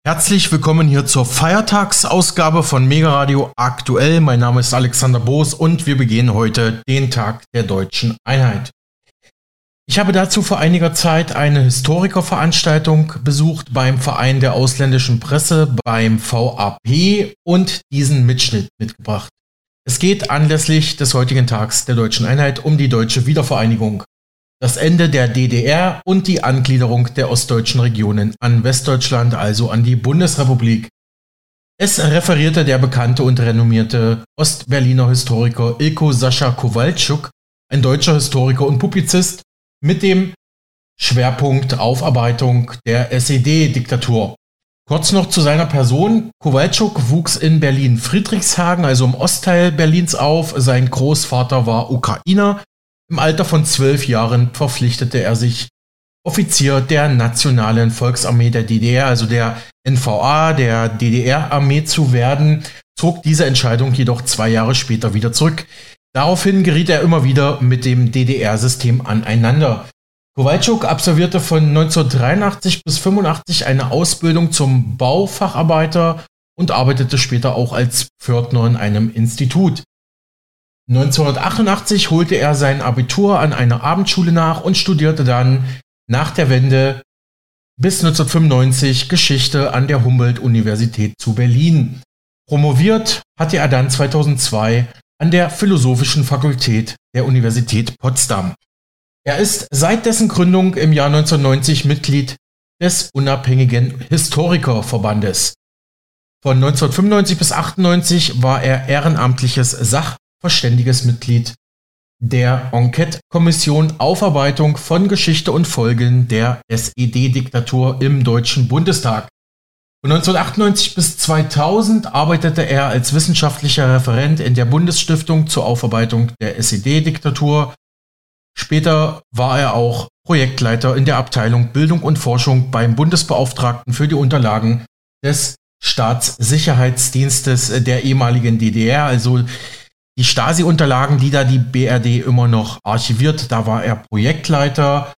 Herzlich willkommen hier zur Feiertagsausgabe von Mega Radio Aktuell. Mein Name ist Alexander Boos und wir begehen heute den Tag der Deutschen Einheit. Ich habe dazu vor einiger Zeit eine Historikerveranstaltung besucht beim Verein der ausländischen Presse, beim VAP, und diesen Mitschnitt mitgebracht. Es geht anlässlich des heutigen Tags der Deutschen Einheit um die deutsche Wiedervereinigung, das Ende der DDR und die Angliederung der ostdeutschen Regionen an Westdeutschland, also an die Bundesrepublik. Es referierte der bekannte und renommierte Ostberliner Historiker Ilko Sascha Kowalczuk, ein deutscher Historiker und Publizist, mit dem Schwerpunkt Aufarbeitung der SED-Diktatur. Kurz noch zu seiner Person. Kowalczuk wuchs in Berlin-Friedrichshagen, also im Ostteil Berlins, auf. Sein Großvater war Ukrainer. Im Alter von 12 Jahren verpflichtete er sich, Offizier der Nationalen Volksarmee der DDR, also der NVA, der DDR-Armee zu werden, zog diese Entscheidung jedoch 2 Jahre später wieder zurück. Daraufhin geriet er immer wieder mit dem DDR-System aneinander. Kowalczuk absolvierte von 1983 bis 1985 eine Ausbildung zum Baufacharbeiter und arbeitete später auch als Pförtner in einem Institut. 1988 holte er sein Abitur an einer Abendschule nach und studierte dann nach der Wende bis 1995 Geschichte an der Humboldt-Universität zu Berlin. Promoviert hatte er dann 2002 an der Philosophischen Fakultät der Universität Potsdam. Er ist seit dessen Gründung im Jahr 1990 Mitglied des Unabhängigen Historikerverbandes. Von 1995 bis 1998 war er ehrenamtliches sachverständiges Mitglied der Enquete-Kommission Aufarbeitung von Geschichte und Folgen der SED-Diktatur im Deutschen Bundestag. Von 1998 bis 2000 arbeitete er als wissenschaftlicher Referent in der Bundesstiftung zur Aufarbeitung der SED-Diktatur. Später war er auch Projektleiter in der Abteilung Bildung und Forschung beim Bundesbeauftragten für die Unterlagen des Staatssicherheitsdienstes der ehemaligen DDR, also die Stasi-Unterlagen, die da die BRD immer noch archiviert. Da war er Projektleiter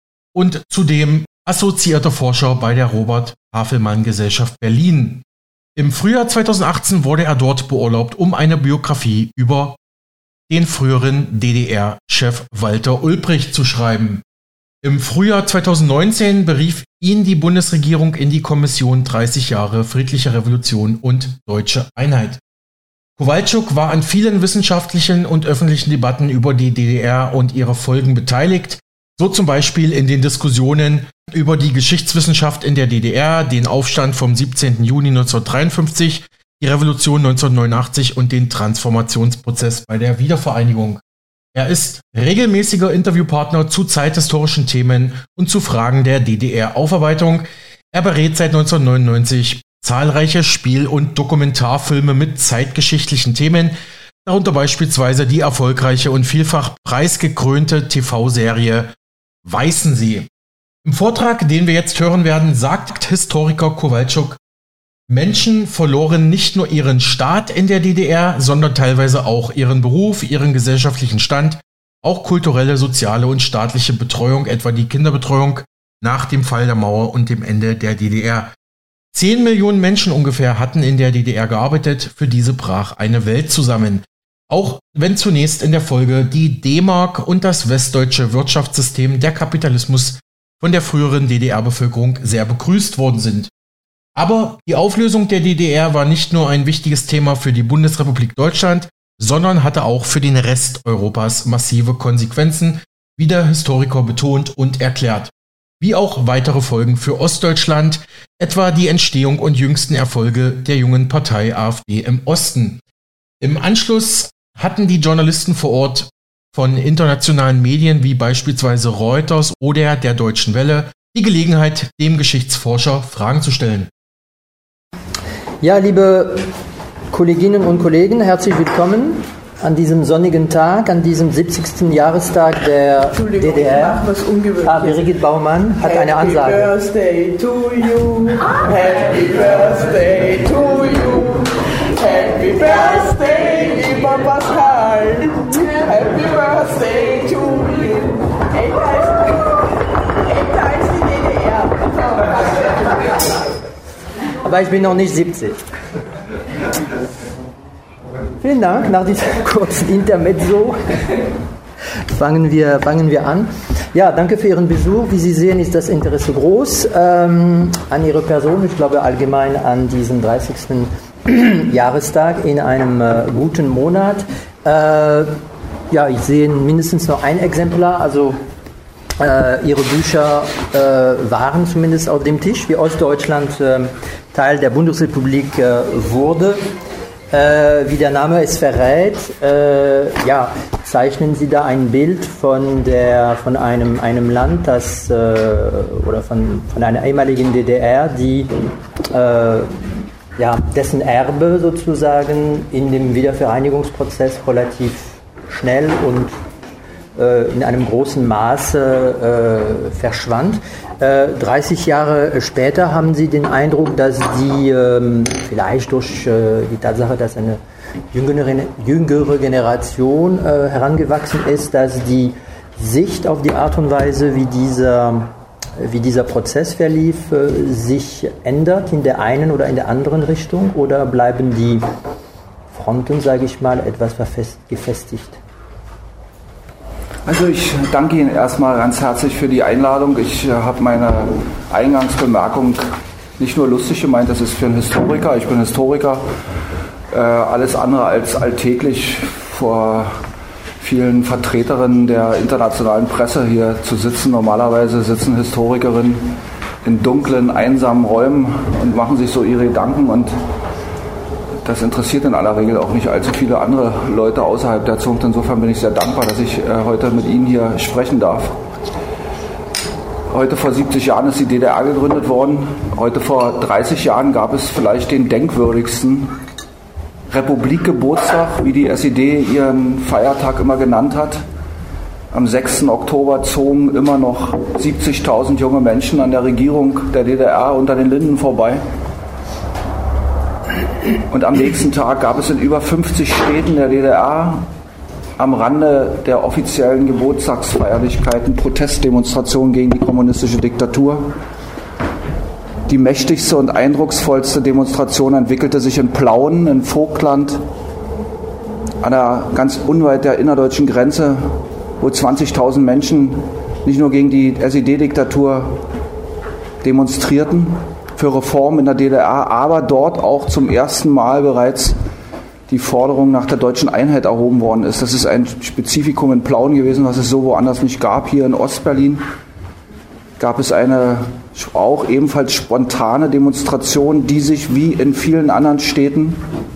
und zudem assoziierter Forscher bei der Robert-Havelmann-Gesellschaft Berlin. Im Frühjahr 2018 wurde er dort beurlaubt, um eine Biografie über den früheren DDR-Chef Walter Ulbricht zu schreiben. Im Frühjahr 2019 berief ihn die Bundesregierung in die Kommission 30 Jahre friedliche Revolution und deutsche Einheit. Kowalczuk war an vielen wissenschaftlichen und öffentlichen Debatten über die DDR und ihre Folgen beteiligt, so zum Beispiel in den Diskussionen über die Geschichtswissenschaft in der DDR, den Aufstand vom 17. Juni 1953, die Revolution 1989 und den Transformationsprozess bei der Wiedervereinigung. Er ist regelmäßiger Interviewpartner zu zeithistorischen Themen und zu Fragen der DDR-Aufarbeitung. Er berät seit 1999 zahlreiche Spiel- und Dokumentarfilme mit zeitgeschichtlichen Themen, darunter beispielsweise die erfolgreiche und vielfach preisgekrönte TV-Serie Weißensee. Im Vortrag, den wir jetzt hören werden, sagt Historiker Kowalczuk: Menschen verloren nicht nur ihren Staat in der DDR, sondern teilweise auch ihren Beruf, ihren gesellschaftlichen Stand, auch kulturelle, soziale und staatliche Betreuung, etwa die Kinderbetreuung nach dem Fall der Mauer und dem Ende der DDR. 10 Millionen Menschen ungefähr hatten in der DDR gearbeitet, für diese brach eine Welt zusammen. Auch wenn zunächst in der Folge die D-Mark und das westdeutsche Wirtschaftssystem, der Kapitalismus, von der früheren DDR-Bevölkerung sehr begrüßt worden sind. Aber die Auflösung der DDR war nicht nur ein wichtiges Thema für die Bundesrepublik Deutschland, sondern hatte auch für den Rest Europas massive Konsequenzen, wie der Historiker betont und erklärt. Wie auch weitere Folgen für Ostdeutschland, etwa die Entstehung und jüngsten Erfolge der jungen Partei AfD im Osten. Im Anschluss hatten die Journalisten vor Ort von internationalen Medien wie beispielsweise Reuters oder der Deutschen Welle die Gelegenheit, dem Geschichtsforscher Fragen zu stellen. Ja, liebe Kolleginnen und Kollegen, herzlich willkommen an diesem sonnigen Tag, an diesem 70. Jahrestag der DDR. Birgit Baumann hat eine Ansage. Happy Birthday to you, Happy Birthday to you, Happy Birthday, lieber Pascal, Happy Birthday to you. Älter als die DDR. Aber ich bin noch nicht 70. Vielen Dank. Nach diesem kurzen Intermezzo fangen wir an. Ja, danke für Ihren Besuch. Wie Sie sehen, ist das Interesse groß an Ihre Person. Ich glaube allgemein an diesen 30. Jahrestag in einem guten Monat. Ja, ich sehe mindestens noch ein Exemplar. Also Ihre Bücher waren zumindest auf dem Tisch, wie Ostdeutschland Teil der Bundesrepublik wurde. Wie der Name es verrät, ja, zeichnen Sie da ein Bild von einem Land, das oder von einer ehemaligen DDR, die ja, dessen Erbe sozusagen in dem Wiedervereinigungsprozess relativ schnell und in einem großen Maße verschwand. 30 Jahre später haben Sie den Eindruck, dass die vielleicht durch die Tatsache, dass eine jüngere Generation herangewachsen ist, dass die Sicht auf die Art und Weise, wie dieser Prozess verlief, sich ändert in der einen oder in der anderen Richtung, oder bleiben die Fronten, sage ich mal, etwas gefestigt? Also ich danke Ihnen erstmal ganz herzlich für die Einladung. Ich habe meine Eingangsbemerkung nicht nur lustig gemeint, das ist für einen Historiker. Ich bin Historiker, alles andere als alltäglich vor vielen Vertreterinnen der internationalen Presse hier zu sitzen. Normalerweise sitzen Historikerinnen in dunklen, einsamen Räumen und machen sich so ihre Gedanken, und das interessiert in aller Regel auch nicht allzu viele andere Leute außerhalb der Zunft. Insofern bin ich sehr dankbar, dass ich heute mit Ihnen hier sprechen darf. Heute vor 70 Jahren ist die DDR gegründet worden. Heute vor 30 Jahren gab es vielleicht den denkwürdigsten Republikgeburtstag, wie die SED ihren Feiertag immer genannt hat. Am 6. Oktober zogen immer noch 70.000 junge Menschen an der Regierung der DDR unter den Linden vorbei. Und am nächsten Tag gab es in über 50 Städten der DDR am Rande der offiziellen Geburtstagsfeierlichkeiten Protestdemonstrationen gegen die kommunistische Diktatur. Die mächtigste und eindrucksvollste Demonstration entwickelte sich in Plauen, in Vogtland, ganz unweit der innerdeutschen Grenze, wo 20.000 Menschen nicht nur gegen die SED-Diktatur demonstrierten, für Reformen in der DDR, aber dort auch zum ersten Mal bereits die Forderung nach der deutschen Einheit erhoben worden ist. Das ist ein Spezifikum in Plauen gewesen, was es so woanders nicht gab. Hier in Ostberlin gab es eine auch ebenfalls spontane Demonstration, die sich wie in vielen anderen Städten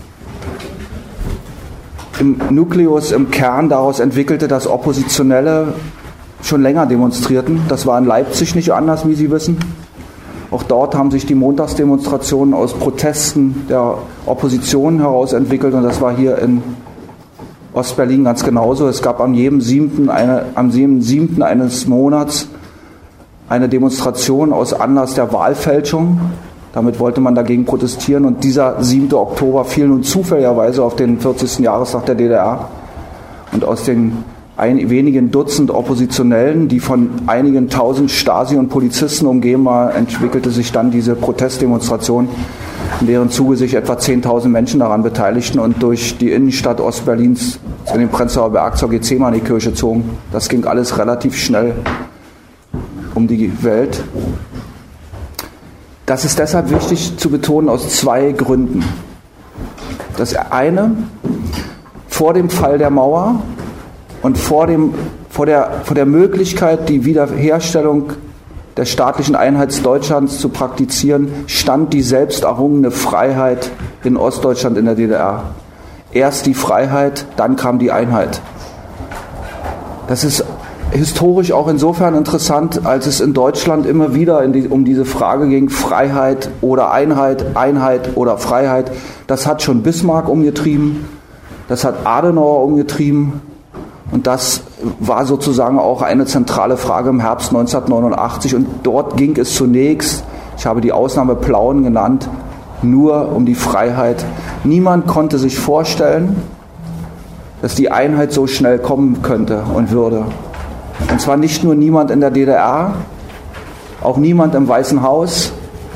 im Nukleus, im Kern daraus entwickelte, dass Oppositionelle schon länger demonstrierten. Das war in Leipzig nicht anders, wie Sie wissen. Auch dort haben sich die Montagsdemonstrationen aus Protesten der Opposition heraus entwickelt, und das war hier in Ostberlin ganz genauso. Es gab am jedem 7. eines Monats eine Demonstration aus Anlass der Wahlfälschung. Damit wollte man dagegen protestieren, und dieser 7. Oktober fiel nun zufälligerweise auf den 40. Jahrestag der DDR. Und aus den wenigen Dutzend Oppositionellen, die von einigen tausend Stasi und Polizisten umgeben war, entwickelte sich dann diese Protestdemonstration, in deren Zuge sich etwa 10.000 Menschen daran beteiligten und durch die Innenstadt Ostberlins in den Prenzlauer Berg zur Gethsemane-Kirche zogen. Das ging alles relativ schnell um die Welt. Das ist deshalb wichtig zu betonen aus zwei Gründen. Das eine, vor dem Fall der Mauer und vor der Möglichkeit, die Wiederherstellung der staatlichen Einheit Deutschlands zu praktizieren, stand die selbst errungene Freiheit in Ostdeutschland in der DDR. Erst die Freiheit, dann kam die Einheit. Das ist historisch auch insofern interessant, als es in Deutschland immer wieder um diese Frage ging, Freiheit oder Einheit, Einheit oder Freiheit. Das hat schon Bismarck umgetrieben, das hat Adenauer umgetrieben. Und das war sozusagen auch eine zentrale Frage im Herbst 1989. Und dort ging es zunächst, ich habe die Ausnahme Plauen genannt, nur um die Freiheit. Niemand konnte sich vorstellen, dass die Einheit so schnell kommen könnte und würde. Und zwar nicht nur niemand in der DDR, auch niemand im Weißen Haus,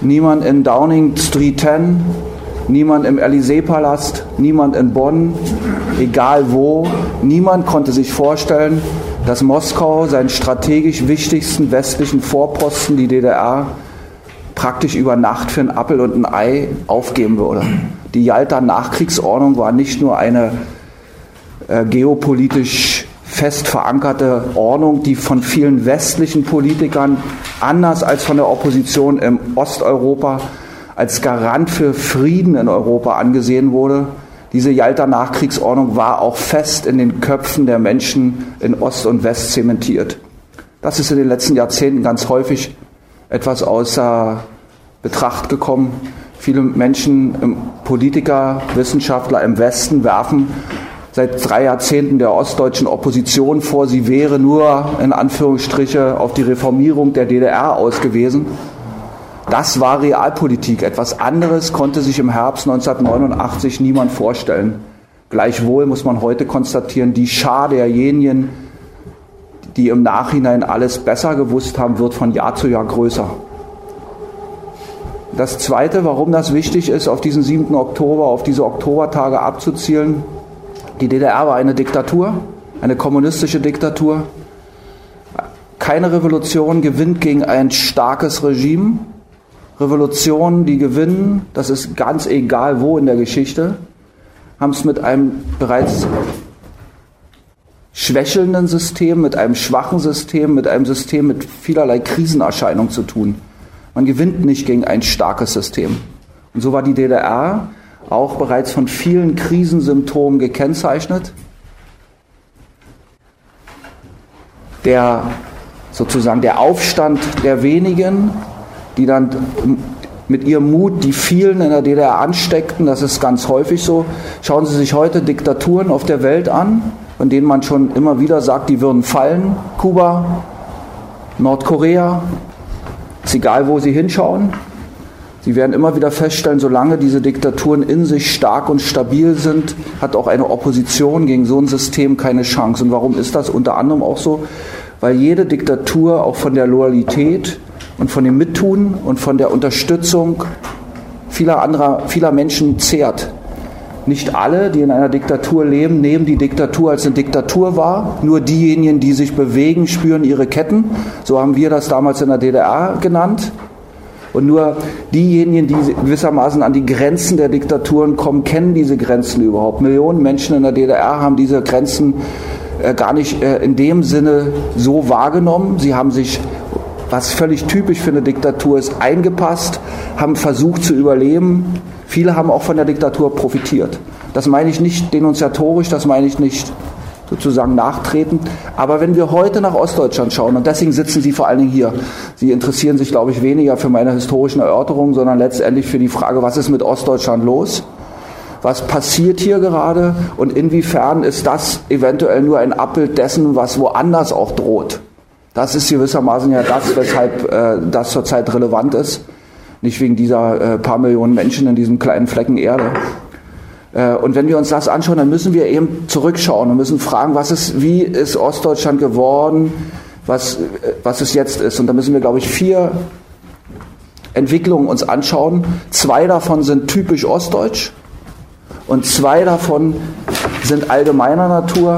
niemand in Downing Street 10, niemand im Élysée-Palast, niemand in Bonn, egal wo. Niemand konnte sich vorstellen, dass Moskau seinen strategisch wichtigsten westlichen Vorposten, die DDR, praktisch über Nacht für einen Appel und ein Ei aufgeben würde. Die Jalta-Nachkriegsordnung war nicht nur eine geopolitisch fest verankerte Ordnung, die von vielen westlichen Politikern, anders als von der Opposition im Osteuropa, als Garant für Frieden in Europa angesehen wurde. Diese Jalta-Nachkriegsordnung war auch fest in den Köpfen der Menschen in Ost und West zementiert. Das ist in den letzten Jahrzehnten ganz häufig etwas außer Betracht gekommen. Viele Menschen, Politiker, Wissenschaftler im Westen werfen seit 3 Jahrzehnten der ostdeutschen Opposition vor, sie wäre nur in Anführungsstriche auf die Reformierung der DDR ausgewiesen. Das war Realpolitik. Etwas anderes konnte sich im Herbst 1989 niemand vorstellen. Gleichwohl muss man heute konstatieren, die Schar derjenigen, die im Nachhinein alles besser gewusst haben, wird von Jahr zu Jahr größer. Das Zweite, warum das wichtig ist, auf diesen 7. Oktober, auf diese Oktobertage abzuzielen: Die DDR war eine Diktatur, eine kommunistische Diktatur. Keine Revolution gewinnt gegen ein starkes Regime. Revolutionen, die gewinnen, das ist ganz egal wo in der Geschichte, haben es mit einem bereits schwächelnden System, mit einem schwachen System, mit einem System mit vielerlei Krisenerscheinungen zu tun. Man gewinnt nicht gegen ein starkes System. Und so war die DDR auch bereits von vielen Krisensymptomen gekennzeichnet. Der Aufstand der wenigen, die dann mit ihrem Mut die vielen in der DDR ansteckten, das ist ganz häufig so. Schauen Sie sich heute Diktaturen auf der Welt an, von denen man schon immer wieder sagt, die würden fallen. Kuba, Nordkorea, ist egal, wo Sie hinschauen. Sie werden immer wieder feststellen, solange diese Diktaturen in sich stark und stabil sind, hat auch eine Opposition gegen so ein System keine Chance. Und warum ist das unter anderem auch so? Weil jede Diktatur auch von der Loyalität und von dem Mittun und von der Unterstützung vieler Menschen zehrt. Nicht alle, die in einer Diktatur leben, nehmen die Diktatur als eine Diktatur wahr. Nur diejenigen, die sich bewegen, spüren ihre Ketten. So haben wir das damals in der DDR genannt. Und nur diejenigen, die gewissermaßen an die Grenzen der Diktaturen kommen, kennen diese Grenzen überhaupt. Millionen Menschen in der DDR haben diese Grenzen gar nicht in dem Sinne so wahrgenommen. Sie haben sich, was völlig typisch für eine Diktatur ist, eingepasst, haben versucht zu überleben. Viele haben auch von der Diktatur profitiert. Das meine ich nicht denunziatorisch, das meine ich nicht sozusagen nachtretend. Aber wenn wir heute nach Ostdeutschland schauen, und deswegen sitzen Sie vor allen Dingen hier, Sie interessieren sich, glaube ich, weniger für meine historischen Erörterungen, sondern letztendlich für die Frage, was ist mit Ostdeutschland los? Was passiert hier gerade und inwiefern ist das eventuell nur ein Abbild dessen, was woanders auch droht? Das ist gewissermaßen ja das, weshalb das zurzeit relevant ist. Nicht wegen dieser paar Millionen Menschen in diesem kleinen Flecken Erde. Und wenn wir uns das anschauen, dann müssen wir eben zurückschauen und müssen fragen, wie ist Ostdeutschland geworden, was es jetzt ist. Und da müssen wir, glaube ich, 4 Entwicklungen uns anschauen. 2 davon sind typisch ostdeutsch und 2 davon sind allgemeiner Natur,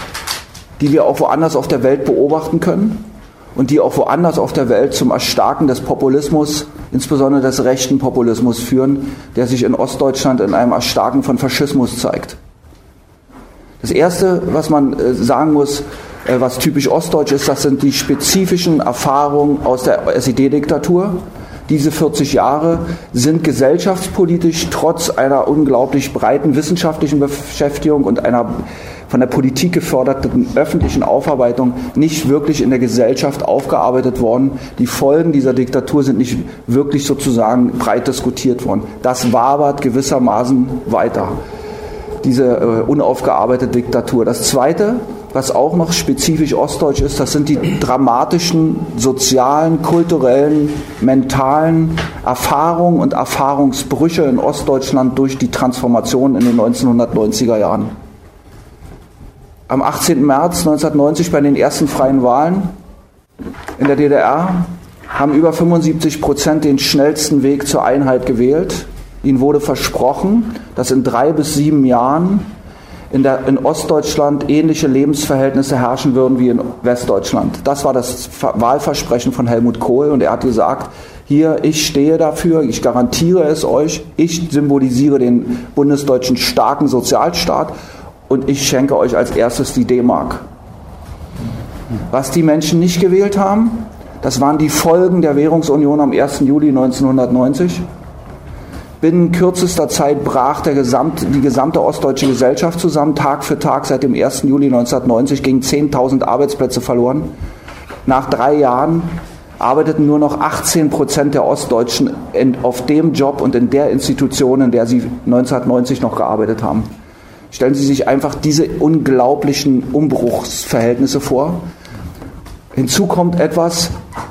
die wir auch woanders auf der Welt beobachten können und die auch woanders auf der Welt zum Erstarken des Populismus, insbesondere des rechten Populismus führen, der sich in Ostdeutschland in einem Erstarken von Faschismus zeigt. Das Erste, was man sagen muss, was typisch ostdeutsch ist, das sind die spezifischen Erfahrungen aus der SED-Diktatur. Diese 40 Jahre sind gesellschaftspolitisch trotz einer unglaublich breiten wissenschaftlichen Beschäftigung und einer von der Politik geförderten öffentlichen Aufarbeitung nicht wirklich in der Gesellschaft aufgearbeitet worden. Die Folgen dieser Diktatur sind nicht wirklich sozusagen breit diskutiert worden. Das wabert gewissermaßen weiter, diese unaufgearbeitete Diktatur. Das Zweite, was auch noch spezifisch ostdeutsch ist, das sind die dramatischen sozialen, kulturellen, mentalen Erfahrungen und Erfahrungsbrüche in Ostdeutschland durch die Transformation in den 1990er Jahren. Am 18. März 1990 bei den ersten freien Wahlen in der DDR haben über 75% den schnellsten Weg zur Einheit gewählt. Ihnen wurde versprochen, dass in 3 bis 7 Jahren in Ostdeutschland ähnliche Lebensverhältnisse herrschen würden wie in Westdeutschland. Das war das Wahlversprechen von Helmut Kohl und er hat gesagt, hier, ich stehe dafür, ich garantiere es euch, ich symbolisiere den bundesdeutschen starken Sozialstaat und ich schenke euch als erstes die D-Mark. Was die Menschen nicht gewählt haben, das waren die Folgen der Währungsunion am 1. Juli 1990. Binnen kürzester Zeit brach die gesamte ostdeutsche Gesellschaft zusammen. Tag für Tag seit dem 1. Juli 1990 gingen 10.000 Arbeitsplätze verloren. Nach 3 Jahren arbeiteten nur noch 18% der Ostdeutschen auf dem Job und in der Institution, in der sie 1990 noch gearbeitet haben. Stellen Sie sich einfach diese unglaublichen Umbruchsverhältnisse vor. Hinzu kommt etwas,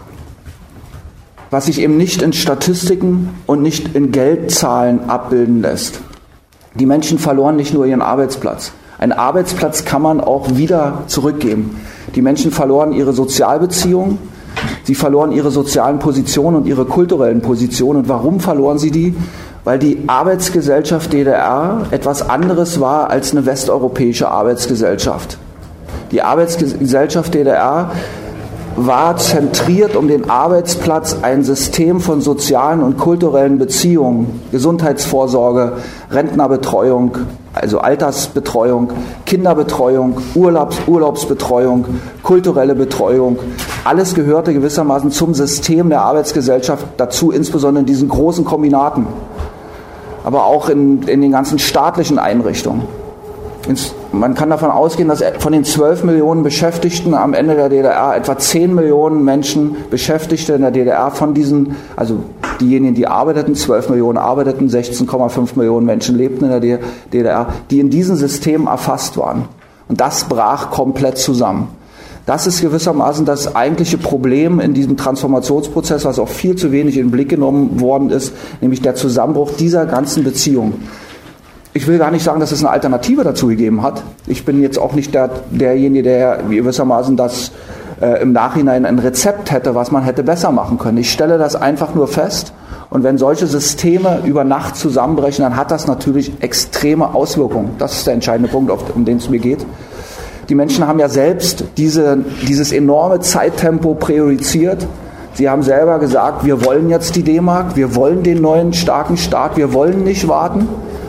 was sich eben nicht in Statistiken und nicht in Geldzahlen abbilden lässt. Die Menschen verloren nicht nur ihren Arbeitsplatz. Einen Arbeitsplatz kann man auch wieder zurückgeben. Die Menschen verloren ihre Sozialbeziehungen, sie verloren ihre sozialen Positionen und ihre kulturellen Positionen. Und warum verloren sie die? Weil die Arbeitsgesellschaft DDR etwas anderes war als eine westeuropäische Arbeitsgesellschaft. Die Arbeitsgesellschaft DDR war zentriert um den Arbeitsplatz ein System von sozialen und kulturellen Beziehungen, Gesundheitsvorsorge, Rentnerbetreuung, also Altersbetreuung, Kinderbetreuung, Urlaubsbetreuung, kulturelle Betreuung. Alles gehörte gewissermaßen zum System der Arbeitsgesellschaft dazu, insbesondere in diesen großen Kombinaten, aber auch in den ganzen staatlichen Einrichtungen. Man kann davon ausgehen, dass von den 12 Millionen Beschäftigten am Ende der DDR etwa 10 Millionen Menschen Beschäftigte in der DDR von diesen, also diejenigen, die arbeiteten, 12 Millionen arbeiteten, 16,5 Millionen Menschen lebten in der DDR, die in diesen Systemen erfasst waren. Und das brach komplett zusammen. Das ist gewissermaßen das eigentliche Problem in diesem Transformationsprozess, was auch viel zu wenig in den Blick genommen worden ist, nämlich der Zusammenbruch dieser ganzen Beziehung. Ich will gar nicht sagen, dass es eine Alternative dazu gegeben hat. Ich bin jetzt auch nicht derjenige, der gewissermaßen das im Nachhinein ein Rezept hätte, was man hätte besser machen können. Ich stelle das einfach nur fest. Und wenn solche Systeme über Nacht zusammenbrechen, dann hat das natürlich extreme Auswirkungen. Das ist der entscheidende Punkt, um den es mir geht. Die Menschen haben ja selbst dieses enorme Zeittempo priorisiert. Sie haben selber gesagt, wir wollen jetzt die D-Mark, wir wollen den neuen starken Staat, wir wollen nicht warten.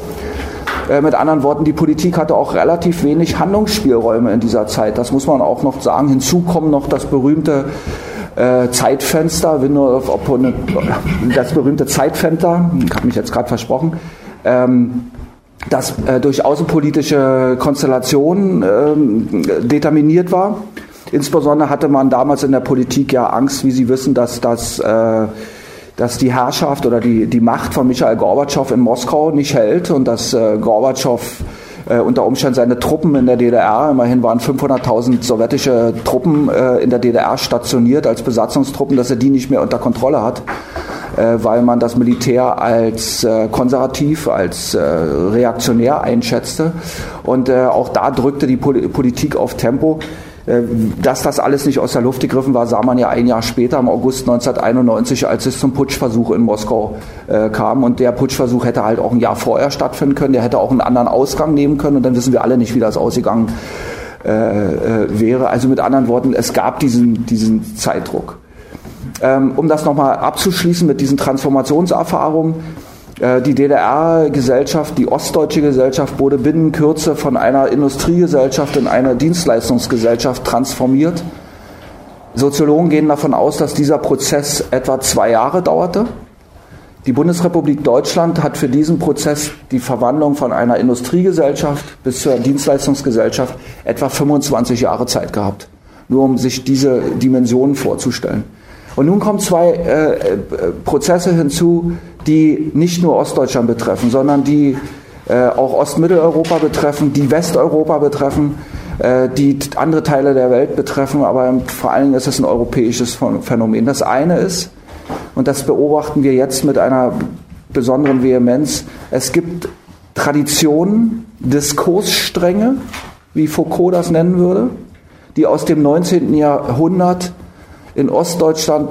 Mit anderen Worten, die Politik hatte auch relativ wenig Handlungsspielräume in dieser Zeit. Das muss man auch noch sagen. Hinzu kommt noch das berühmte Zeitfenster, das berühmte Zeitfenster, ich habe mich jetzt gerade versprochen, das durch außenpolitische Konstellationen determiniert war. Insbesondere hatte man damals in der Politik ja Angst, wie Sie wissen, dass die Herrschaft oder die Macht von Michail Gorbatschow in Moskau nicht hält und dass Gorbatschow unter Umständen seine Truppen in der DDR, immerhin waren 500.000 sowjetische Truppen in der DDR stationiert als Besatzungstruppen, dass er die nicht mehr unter Kontrolle hat, weil man das Militär als konservativ, als reaktionär einschätzte. Und auch da drückte die Politik auf Tempo. Dass das alles nicht aus der Luft gegriffen war, sah man ja ein Jahr später, im August 1991, als es zum Putschversuch in Moskau kam. Und der Putschversuch hätte halt auch ein Jahr vorher stattfinden können, der hätte auch einen anderen Ausgang nehmen können und dann wissen wir alle nicht, wie das ausgegangen wäre. Also mit anderen Worten, es gab diesen Zeitdruck. Um das nochmal abzuschließen mit diesen Transformationserfahrungen, die DDR-Gesellschaft, die ostdeutsche Gesellschaft wurde binnen Kürze von einer Industriegesellschaft in eine Dienstleistungsgesellschaft transformiert. Soziologen gehen davon aus, dass dieser Prozess etwa 2 Jahre dauerte. Die Bundesrepublik Deutschland hat für diesen Prozess die Verwandlung von einer Industriegesellschaft bis zur Dienstleistungsgesellschaft etwa 25 Jahre Zeit gehabt, nur um sich diese Dimensionen vorzustellen. Und nun kommen 2 Prozesse hinzu, die nicht nur Ostdeutschland betreffen, sondern die auch Ostmitteleuropa betreffen, die Westeuropa betreffen, die andere Teile der Welt betreffen, aber vor allen Dingen ist es ein europäisches Phänomen. Das eine ist, und das beobachten wir jetzt mit einer besonderen Vehemenz, es gibt Traditionen, Diskursstränge, wie Foucault das nennen würde, die aus dem 19. Jahrhundert in Ostdeutschland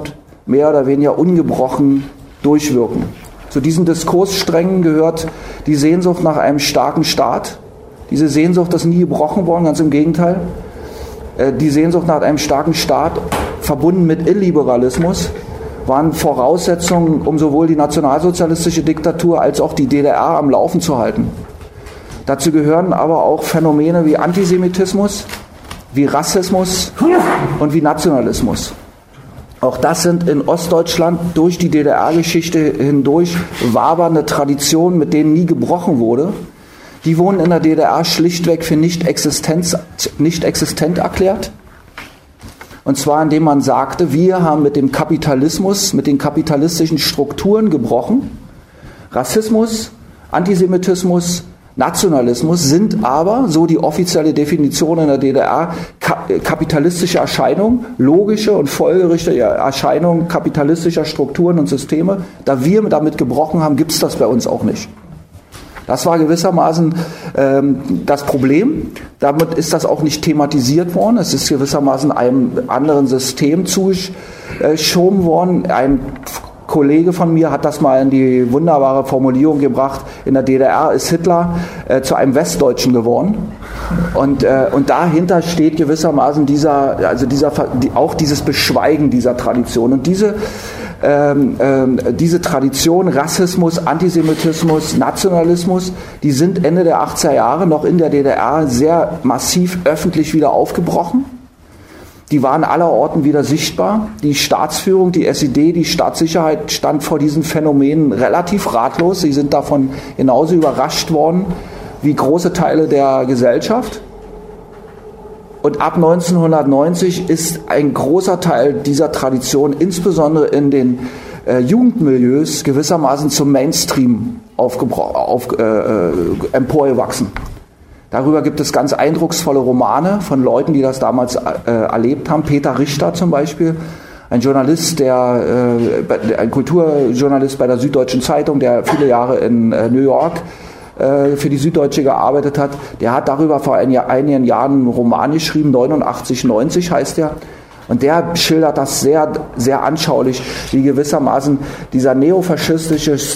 mehr oder weniger ungebrochen durchwirken. Zu diesen Diskurssträngen gehört die Sehnsucht nach einem starken Staat. Diese Sehnsucht ist nie gebrochen worden, ganz im Gegenteil. Die Sehnsucht nach einem starken Staat, verbunden mit Illiberalismus, waren Voraussetzungen, um sowohl die nationalsozialistische Diktatur als auch die DDR am Laufen zu halten. Dazu gehören aber auch Phänomene wie Antisemitismus, wie Rassismus und wie Nationalismus. Auch das sind in Ostdeutschland durch die DDR-Geschichte hindurch wabernde Traditionen, mit denen nie gebrochen wurde. Die wurden in der DDR schlichtweg für nicht existent erklärt. Und zwar indem man sagte, wir haben mit dem Kapitalismus, mit den kapitalistischen Strukturen gebrochen. Rassismus, Antisemitismus, Nationalismus sind aber, so die offizielle Definition in der DDR, kapitalistische Erscheinungen, logische und folgerichtige Erscheinungen kapitalistischer Strukturen und Systeme. Da wir damit gebrochen haben, gibt es das bei uns auch nicht. Das war gewissermaßen das Problem. Damit ist das auch nicht thematisiert worden. Es ist gewissermaßen einem anderen System zugeschoben worden. Ein Kollege von mir hat das mal in die wunderbare Formulierung gebracht, in der DDR ist Hitler zu einem Westdeutschen geworden. Und dahinter steht gewissermaßen auch dieses Beschweigen dieser Tradition. Und diese Tradition, Rassismus, Antisemitismus, Nationalismus, die sind Ende der 80er Jahre noch in der DDR sehr massiv öffentlich wieder aufgebrochen. Die waren allerorten wieder sichtbar. Die Staatsführung, die SED, die Staatssicherheit stand vor diesen Phänomenen relativ ratlos. Sie sind davon genauso überrascht worden wie große Teile der Gesellschaft. Und ab 1990 ist ein großer Teil dieser Tradition, insbesondere in den Jugendmilieus, gewissermaßen zum Mainstream emporgewachsen. Darüber gibt es ganz eindrucksvolle Romane von Leuten, die das damals erlebt haben. Peter Richter zum Beispiel, ein Journalist, ein Kulturjournalist bei der Süddeutschen Zeitung, der viele Jahre in New York für die Süddeutsche gearbeitet hat. Der hat darüber vor einigen Jahren einen Roman geschrieben, 89, 90 heißt der. Und der schildert das sehr, sehr anschaulich, wie gewissermaßen dieser neofaschistische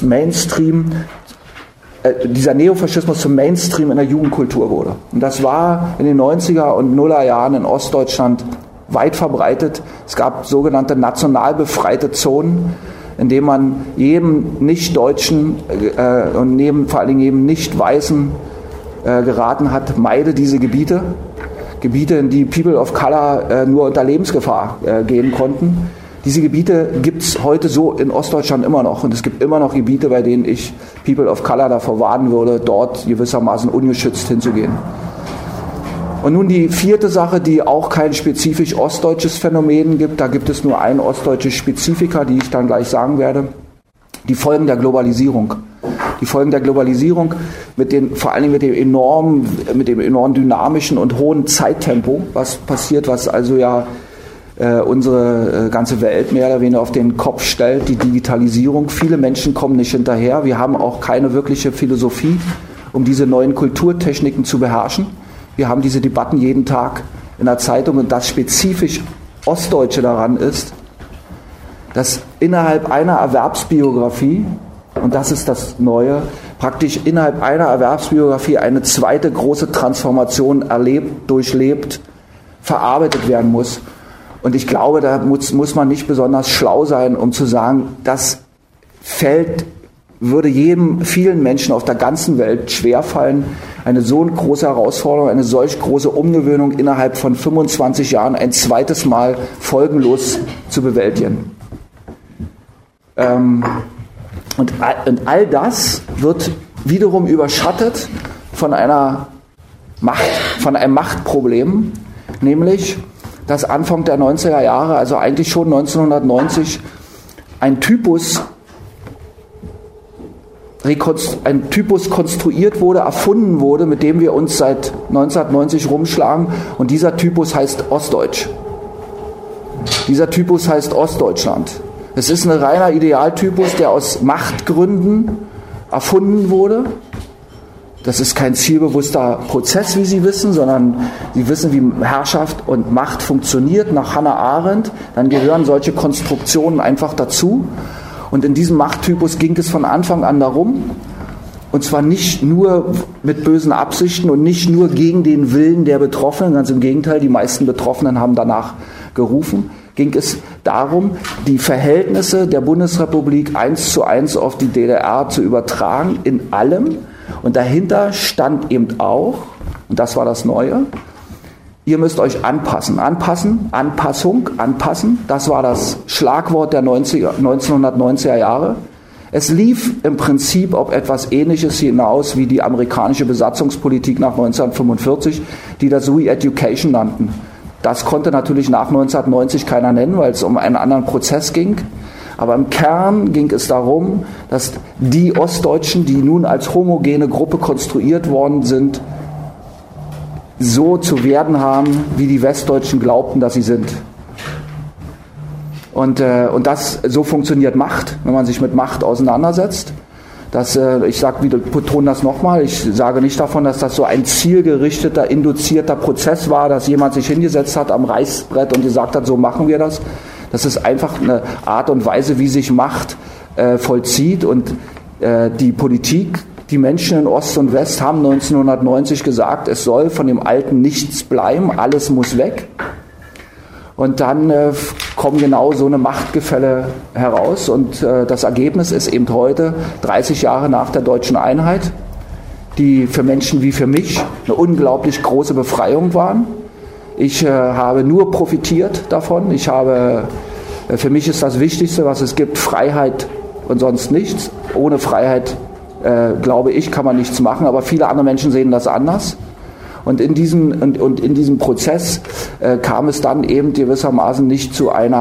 dieser Neofaschismus zum Mainstream in der Jugendkultur wurde. Und das war in den 90er und Nuller Jahren in Ostdeutschland weit verbreitet. Es gab sogenannte national befreite Zonen, in denen man jedem Nicht-Deutschen und vor allen Dingen jedem Nicht-Weißen geraten hat, meide diese Gebiete. Gebiete, in die People of Color nur unter Lebensgefahr gehen konnten. Diese Gebiete gibt es heute so in Ostdeutschland immer noch. Und es gibt immer noch Gebiete, bei denen ich People of Color davor warnen würde, dort gewissermaßen ungeschützt hinzugehen. Und nun die vierte Sache, die auch kein spezifisch ostdeutsches Phänomen gibt. Da gibt es nur ein ostdeutsches Spezifika, die ich dann gleich sagen werde. Die Folgen der Globalisierung. Die Folgen der Globalisierung vor allen Dingen mit dem enorm dynamischen und hohen Zeittempo, was passiert, was also ja unsere ganze Welt mehr oder weniger auf den Kopf stellt, die Digitalisierung. Viele Menschen kommen nicht hinterher. Wir haben auch keine wirkliche Philosophie, um diese neuen Kulturtechniken zu beherrschen. Wir haben diese Debatten jeden Tag in der Zeitung und das spezifisch Ostdeutsche daran ist, dass innerhalb einer Erwerbsbiografie, und das ist das Neue, praktisch innerhalb einer Erwerbsbiografie eine zweite große Transformation durchlebt, verarbeitet werden muss. Und ich glaube, da muss man nicht besonders schlau sein, um zu sagen, das würde vielen Menschen auf der ganzen Welt schwerfallen, eine so große Herausforderung, eine solch große Umgewöhnung innerhalb von 25 Jahren ein zweites Mal folgenlos zu bewältigen. Und all das wird wiederum überschattet von einem Machtproblem, nämlich dass Anfang der 90er Jahre, also eigentlich schon 1990, ein Typus konstruiert wurde, erfunden wurde, mit dem wir uns seit 1990 rumschlagen. Und dieser Typus heißt Ostdeutsch. Dieser Typus heißt Ostdeutschland. Es ist ein reiner Idealtypus, der aus Machtgründen erfunden wurde. Das ist kein zielbewusster Prozess, wie Sie wissen, sondern Sie wissen, wie Herrschaft und Macht funktioniert nach Hannah Arendt. Dann gehören solche Konstruktionen einfach dazu. Und in diesem Machttypus ging es von Anfang an darum, und zwar nicht nur mit bösen Absichten und nicht nur gegen den Willen der Betroffenen, ganz im Gegenteil, die meisten Betroffenen haben danach gerufen, ging es darum, die Verhältnisse der Bundesrepublik 1:1 auf die DDR zu übertragen, in allem. Und dahinter stand eben auch, und das war das Neue, ihr müsst euch anpassen. Anpassen, das war das Schlagwort der 1990er Jahre. Es lief im Prinzip auf etwas Ähnliches hinaus wie die amerikanische Besatzungspolitik nach 1945, die das Re-Education nannten. Das konnte natürlich nach 1990 keiner nennen, weil es um einen anderen Prozess ging. Aber im Kern ging es darum, dass die Ostdeutschen, die nun als homogene Gruppe konstruiert worden sind, so zu werden haben, wie die Westdeutschen glaubten, dass sie sind. Und so funktioniert Macht, wenn man sich mit Macht auseinandersetzt. Ich betone das nochmal, ich sage nicht davon, dass das so ein zielgerichteter, induzierter Prozess war, dass jemand sich hingesetzt hat am Reißbrett und gesagt hat, so machen wir das. Das ist einfach eine Art und Weise, wie sich Macht vollzieht. Und die Politik, die Menschen in Ost und West haben 1990 gesagt, es soll von dem Alten nichts bleiben, alles muss weg. Und dann kommen genau so eine Machtgefälle heraus. Und das Ergebnis ist eben heute, 30 Jahre nach der deutschen Einheit, die für Menschen wie für mich eine unglaublich große Befreiung waren. Ich habe nur profitiert davon. Für mich ist das Wichtigste, was es gibt, Freiheit und sonst nichts. Ohne Freiheit, glaube ich, kann man nichts machen. Aber viele andere Menschen sehen das anders. Und in diesem Prozess kam es dann eben gewissermaßen nicht zu einem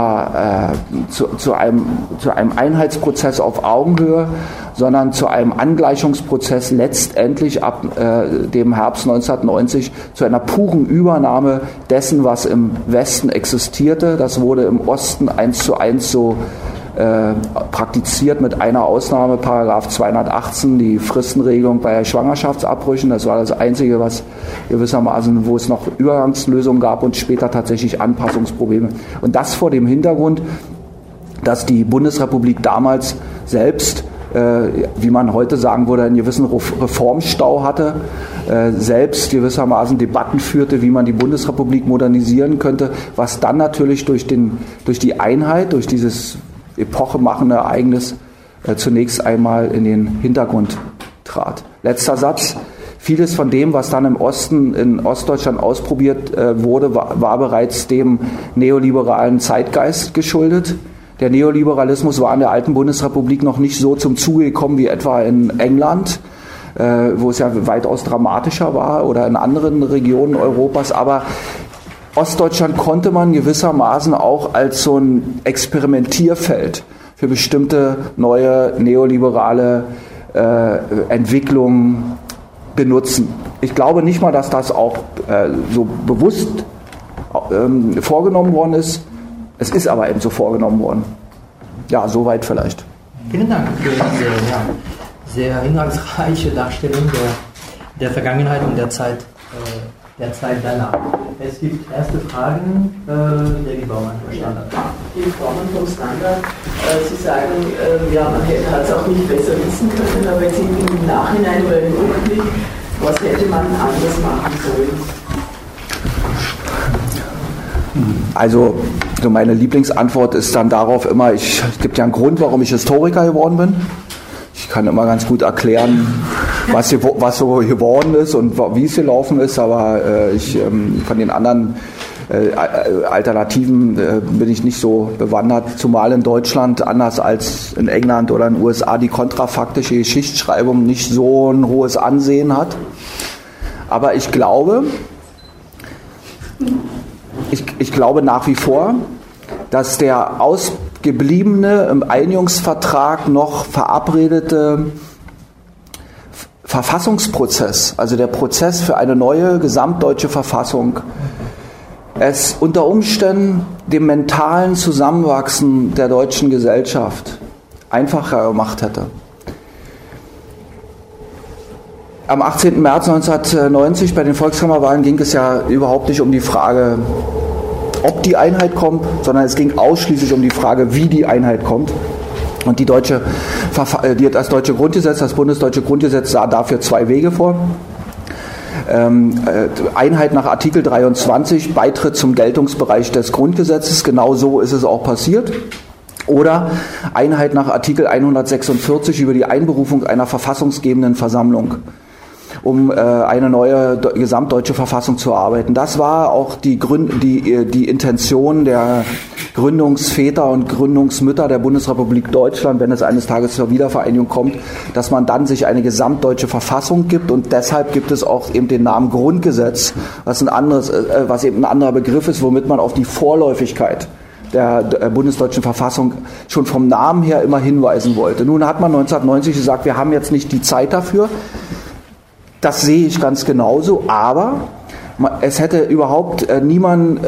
Einheitsprozess auf Augenhöhe, sondern zu einem Angleichungsprozess letztendlich ab dem Herbst 1990 zu einer puren Übernahme dessen, was im Westen existierte. Das wurde im Osten 1:1 so praktiziert, mit einer Ausnahme, Paragraph 218, die Fristenregelung bei Schwangerschaftsabbrüchen. Das war das Einzige, was gewissermaßen, wo es noch Übergangslösungen gab und später tatsächlich Anpassungsprobleme. Und das vor dem Hintergrund, dass die Bundesrepublik damals selbst, wie man heute sagen würde, einen gewissen Reformstau hatte, selbst gewissermaßen Debatten führte, wie man die Bundesrepublik modernisieren könnte, was dann natürlich durch die Einheit, durch dieses epochemachende Ereignis zunächst einmal in den Hintergrund trat. Letzter Satz. Vieles von dem, was dann im Osten, in Ostdeutschland ausprobiert wurde, war bereits dem neoliberalen Zeitgeist geschuldet. Der Neoliberalismus war in der alten Bundesrepublik noch nicht so zum Zuge gekommen wie etwa in England, wo es ja weitaus dramatischer war, oder in anderen Regionen Europas. Aber Ostdeutschland konnte man gewissermaßen auch als so ein Experimentierfeld für bestimmte neue neoliberale Entwicklungen benutzen. Ich glaube nicht mal, dass das auch so bewusst vorgenommen worden ist. Es ist aber eben so vorgenommen worden. Ja, soweit vielleicht. Vielen Dank für diese sehr inhaltsreiche Darstellung der Vergangenheit und der Zeit danach. Es gibt erste Fragen, der Baumann vom Standard. Die Baumann vom Standard, Sie sagen, man hat es auch nicht besser wissen können, aber jetzt im Nachhinein oder im Rückblick, was hätte man anders machen sollen? Also meine Lieblingsantwort ist dann darauf immer, es gibt ja einen Grund, warum ich Historiker geworden bin. Ich kann immer ganz gut erklären, was so geworden ist und wie es gelaufen ist, aber von den anderen Alternativen bin ich nicht so bewandert, zumal in Deutschland, anders als in England oder in den USA, die kontrafaktische Geschichtsschreibung nicht so ein hohes Ansehen hat. Aber ich glaube nach wie vor, dass der ausgebliebene, im Einigungsvertrag noch verabredete Verfassungsprozess, also der Prozess für eine neue gesamtdeutsche Verfassung, es unter Umständen dem mentalen Zusammenwachsen der deutschen Gesellschaft einfacher gemacht hätte. Am 18. März 1990 bei den Volkskammerwahlen ging es ja überhaupt nicht um die Frage, ob die Einheit kommt, sondern es ging ausschließlich um die Frage, wie die Einheit kommt. Und das deutsche Grundgesetz, das bundesdeutsche Grundgesetz sah dafür 2 Wege vor. Einheit nach Artikel 23, Beitritt zum Geltungsbereich des Grundgesetzes, genau so ist es auch passiert. Oder Einheit nach Artikel 146 über die Einberufung einer verfassungsgebenden Versammlung, um eine neue gesamtdeutsche Verfassung zu erarbeiten. Das war auch die Intention der Gründungsväter und Gründungsmütter der Bundesrepublik Deutschland, wenn es eines Tages zur Wiedervereinigung kommt, dass man dann sich eine gesamtdeutsche Verfassung gibt, und deshalb gibt es auch eben den Namen Grundgesetz, was eben ein anderer Begriff ist, womit man auf die Vorläufigkeit der bundesdeutschen Verfassung schon vom Namen her immer hinweisen wollte. Nun hat man 1990 gesagt, wir haben jetzt nicht die Zeit dafür. Das sehe ich ganz genauso, aber es hätte überhaupt niemand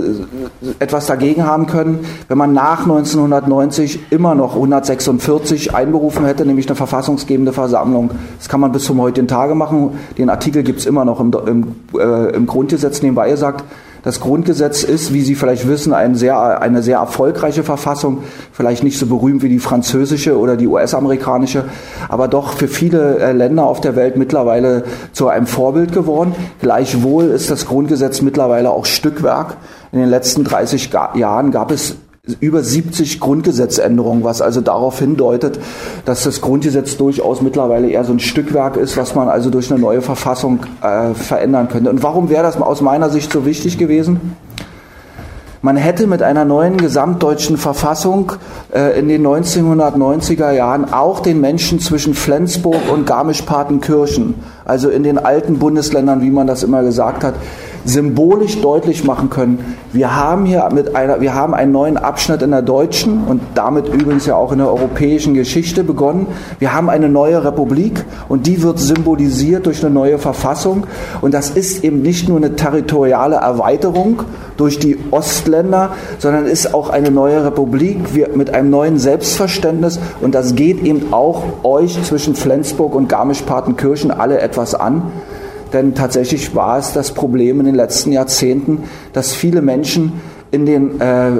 etwas dagegen haben können, wenn man nach 1990 immer noch 146 einberufen hätte, nämlich eine verfassungsgebende Versammlung. Das kann man bis zum heutigen Tage machen. Den Artikel gibt es immer noch im Grundgesetz. Nebenbei sagt, das Grundgesetz ist, wie Sie vielleicht wissen, eine sehr erfolgreiche Verfassung, vielleicht nicht so berühmt wie die französische oder die US-amerikanische, aber doch für viele Länder auf der Welt mittlerweile zu einem Vorbild geworden. Gleichwohl ist das Grundgesetz mittlerweile auch Stückwerk. In den letzten 30 Jahren gab es über 70 Grundgesetzänderungen, was also darauf hindeutet, dass das Grundgesetz durchaus mittlerweile eher so ein Stückwerk ist, was man also durch eine neue Verfassung verändern könnte. Und warum wäre das aus meiner Sicht so wichtig gewesen? Man hätte mit einer neuen gesamtdeutschen Verfassung in den 1990er Jahren auch den Menschen zwischen Flensburg und Garmisch-Partenkirchen, also in den alten Bundesländern, wie man das immer gesagt hat, symbolisch deutlich machen können, wir haben einen neuen Abschnitt in der deutschen und damit übrigens ja auch in der europäischen Geschichte begonnen. Wir haben eine neue Republik und die wird symbolisiert durch eine neue Verfassung, und das ist eben nicht nur eine territoriale Erweiterung durch die Ostländer, sondern ist auch eine neue Republik mit einem neuen Selbstverständnis, und das geht eben auch euch zwischen Flensburg und Garmisch-Partenkirchen alle etwas an. Denn tatsächlich war es das Problem in den letzten Jahrzehnten, dass viele Menschen in den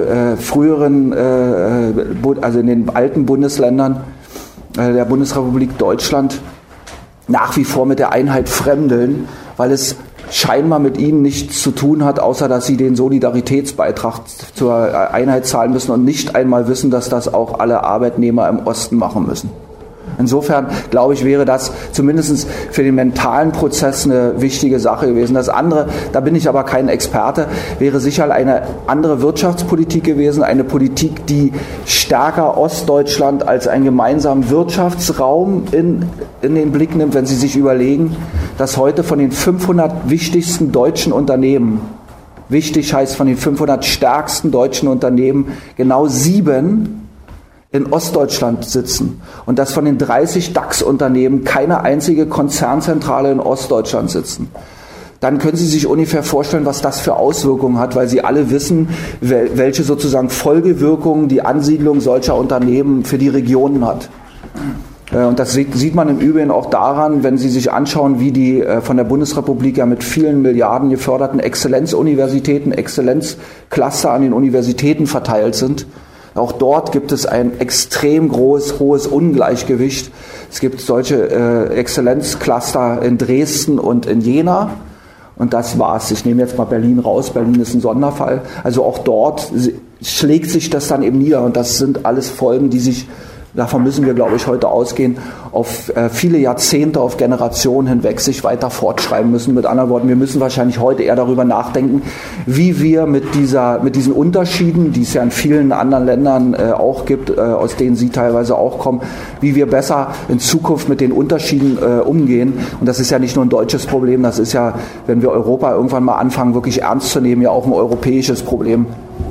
also in den alten Bundesländern der Bundesrepublik Deutschland nach wie vor mit der Einheit fremdeln, weil es scheinbar mit ihnen nichts zu tun hat, außer dass sie den Solidaritätsbeitrag zur Einheit zahlen müssen und nicht einmal wissen, dass das auch alle Arbeitnehmer im Osten machen müssen. Insofern, glaube ich, wäre das zumindest für den mentalen Prozess eine wichtige Sache gewesen. Das andere, da bin ich aber kein Experte, wäre sicher eine andere Wirtschaftspolitik gewesen, eine Politik, die stärker Ostdeutschland als einen gemeinsamen Wirtschaftsraum in den Blick nimmt, wenn Sie sich überlegen, dass heute von den 500 wichtigsten deutschen Unternehmen, wichtig heißt von den 500 stärksten deutschen Unternehmen, genau 7 in Ostdeutschland sitzen, und dass von den 30 DAX-Unternehmen keine einzige Konzernzentrale in Ostdeutschland sitzen. Dann können Sie sich ungefähr vorstellen, was das für Auswirkungen hat, weil Sie alle wissen, welche sozusagen Folgewirkungen die Ansiedlung solcher Unternehmen für die Regionen hat. Und das sieht man im Übrigen auch daran, wenn Sie sich anschauen, wie die von der Bundesrepublik ja mit vielen Milliarden geförderten Exzellenzuniversitäten, Exzellenzcluster an den Universitäten verteilt sind. Auch dort gibt es ein extrem hohes Ungleichgewicht. Es gibt solche Exzellenzcluster in Dresden und in Jena. Und das war's. Ich nehme jetzt mal Berlin raus. Berlin ist ein Sonderfall. Also auch dort schlägt sich das dann eben nieder. Und das sind alles Folgen, die sich, davon müssen wir, glaube ich, heute ausgehen, auf viele Jahrzehnte, auf Generationen hinweg sich weiter fortschreiben müssen. Mit anderen Worten, wir müssen wahrscheinlich heute eher darüber nachdenken, wie wir mit diesen Unterschieden, die es ja in vielen anderen Ländern auch gibt, aus denen Sie teilweise auch kommen, wie wir besser in Zukunft mit den Unterschieden umgehen. Und das ist ja nicht nur ein deutsches Problem, das ist ja, wenn wir Europa irgendwann mal anfangen, wirklich ernst zu nehmen, ja auch ein europäisches Problem.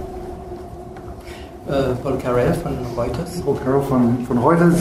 Paul Carell von Reuters. Paul Carell von Reuters.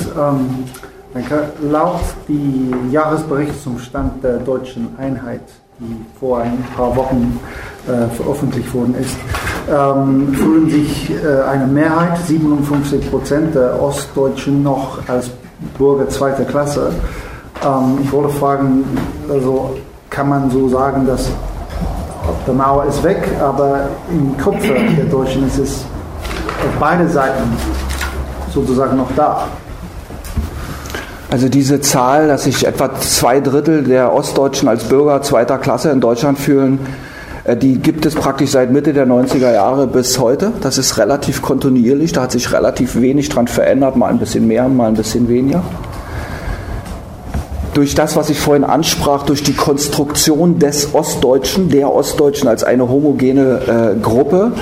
Laut die Jahresbericht zum Stand der deutschen Einheit, die vor ein paar Wochen veröffentlicht worden ist, fühlen sich eine Mehrheit, 57% der Ostdeutschen, noch als Bürger zweiter Klasse. Ich wollte fragen, also kann man so sagen, dass die Mauer ist weg, aber im Kopf der Deutschen ist es auf beide Seiten sozusagen noch da. Also diese Zahl, dass sich etwa 2/3 der Ostdeutschen als Bürger zweiter Klasse in Deutschland fühlen, die gibt es praktisch seit Mitte der 90er Jahre bis heute. Das ist relativ kontinuierlich, da hat sich relativ wenig dran verändert, mal ein bisschen mehr, mal ein bisschen weniger. Durch das, was ich vorhin ansprach, durch die Konstruktion des Ostdeutschen, der Ostdeutschen als eine homogene Gruppe,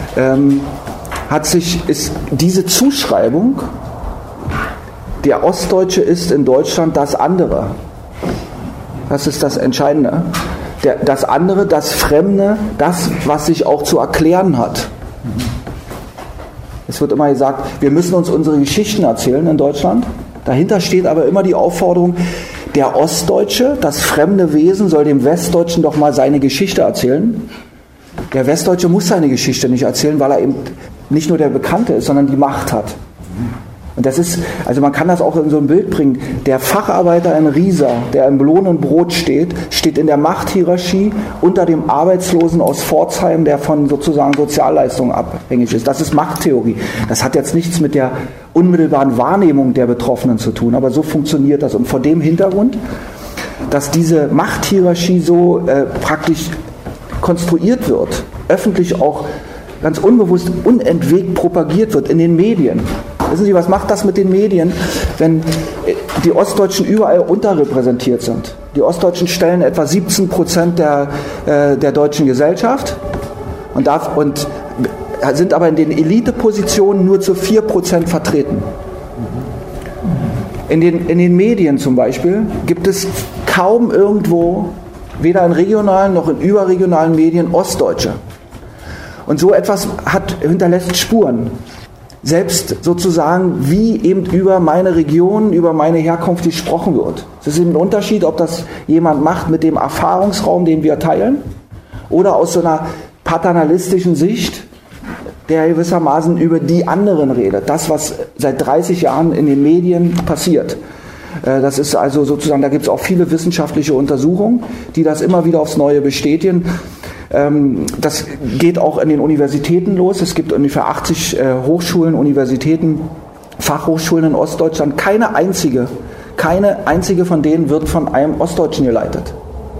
ist diese Zuschreibung, der Ostdeutsche ist in Deutschland das andere. Das ist das Entscheidende. Das andere, das Fremde, das, was sich auch zu erklären hat. Es wird immer gesagt, wir müssen uns unsere Geschichten erzählen in Deutschland. Dahinter steht aber immer die Aufforderung, der Ostdeutsche, das fremde Wesen, soll dem Westdeutschen doch mal seine Geschichte erzählen. Der Westdeutsche muss seine Geschichte nicht erzählen, weil er eben nicht nur der Bekannte ist, sondern die Macht hat. Und das ist, also man kann das auch in so ein Bild bringen. Der Facharbeiter in Riesa, der im Lohn und Brot steht in der Machthierarchie unter dem Arbeitslosen aus Pforzheim, der von sozusagen Sozialleistungen abhängig ist. Das ist Machttheorie. Das hat jetzt nichts mit der unmittelbaren Wahrnehmung der Betroffenen zu tun, aber so funktioniert das. Und vor dem Hintergrund, dass diese Machthierarchie so praktisch konstruiert wird, öffentlich auch ganz unbewusst, unentwegt propagiert wird in den Medien. Wissen Sie, was macht das mit den Medien, wenn die Ostdeutschen überall unterrepräsentiert sind? Die Ostdeutschen stellen etwa 17% der deutschen Gesellschaft und sind aber in den Elitepositionen nur zu 4% vertreten. In den Medien zum Beispiel gibt es kaum irgendwo, weder in regionalen noch in überregionalen Medien, Ostdeutsche. Und so etwas hinterlässt Spuren. Selbst sozusagen, wie eben über meine Region, über meine Herkunft gesprochen wird. Es ist eben ein Unterschied, ob das jemand macht mit dem Erfahrungsraum, den wir teilen, oder aus so einer paternalistischen Sicht, der gewissermaßen über die anderen redet. Das, was seit 30 Jahren in den Medien passiert. Das ist also sozusagen, da gibt es auch viele wissenschaftliche Untersuchungen, die das immer wieder aufs Neue bestätigen. Das geht auch in den Universitäten los. Es gibt ungefähr 80 Hochschulen, Universitäten, Fachhochschulen in Ostdeutschland. Keine einzige von denen wird von einem Ostdeutschen geleitet.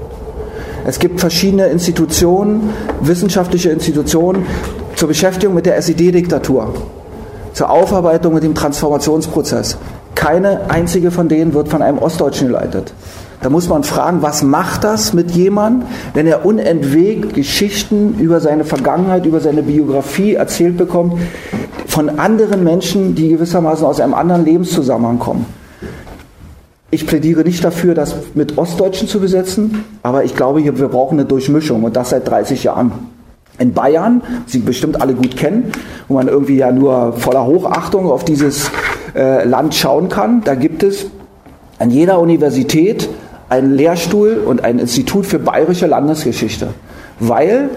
Es gibt verschiedene Institutionen, wissenschaftliche Institutionen zur Beschäftigung mit der SED-Diktatur, zur Aufarbeitung mit dem Transformationsprozess. Keine einzige von denen wird von einem Ostdeutschen geleitet. Da muss man fragen, was macht das mit jemandem, wenn er unentwegt Geschichten über seine Vergangenheit, über seine Biografie erzählt bekommt von anderen Menschen, die gewissermaßen aus einem anderen Lebenszusammenhang kommen. Ich plädiere nicht dafür, das mit Ostdeutschen zu besetzen, aber ich glaube, wir brauchen eine Durchmischung und das seit 30 Jahren. In Bayern, Sie bestimmt alle gut kennen, wo man irgendwie ja nur voller Hochachtung auf dieses Land schauen kann, da gibt es an jeder Universität einen Lehrstuhl und ein Institut für bayerische Landesgeschichte, weil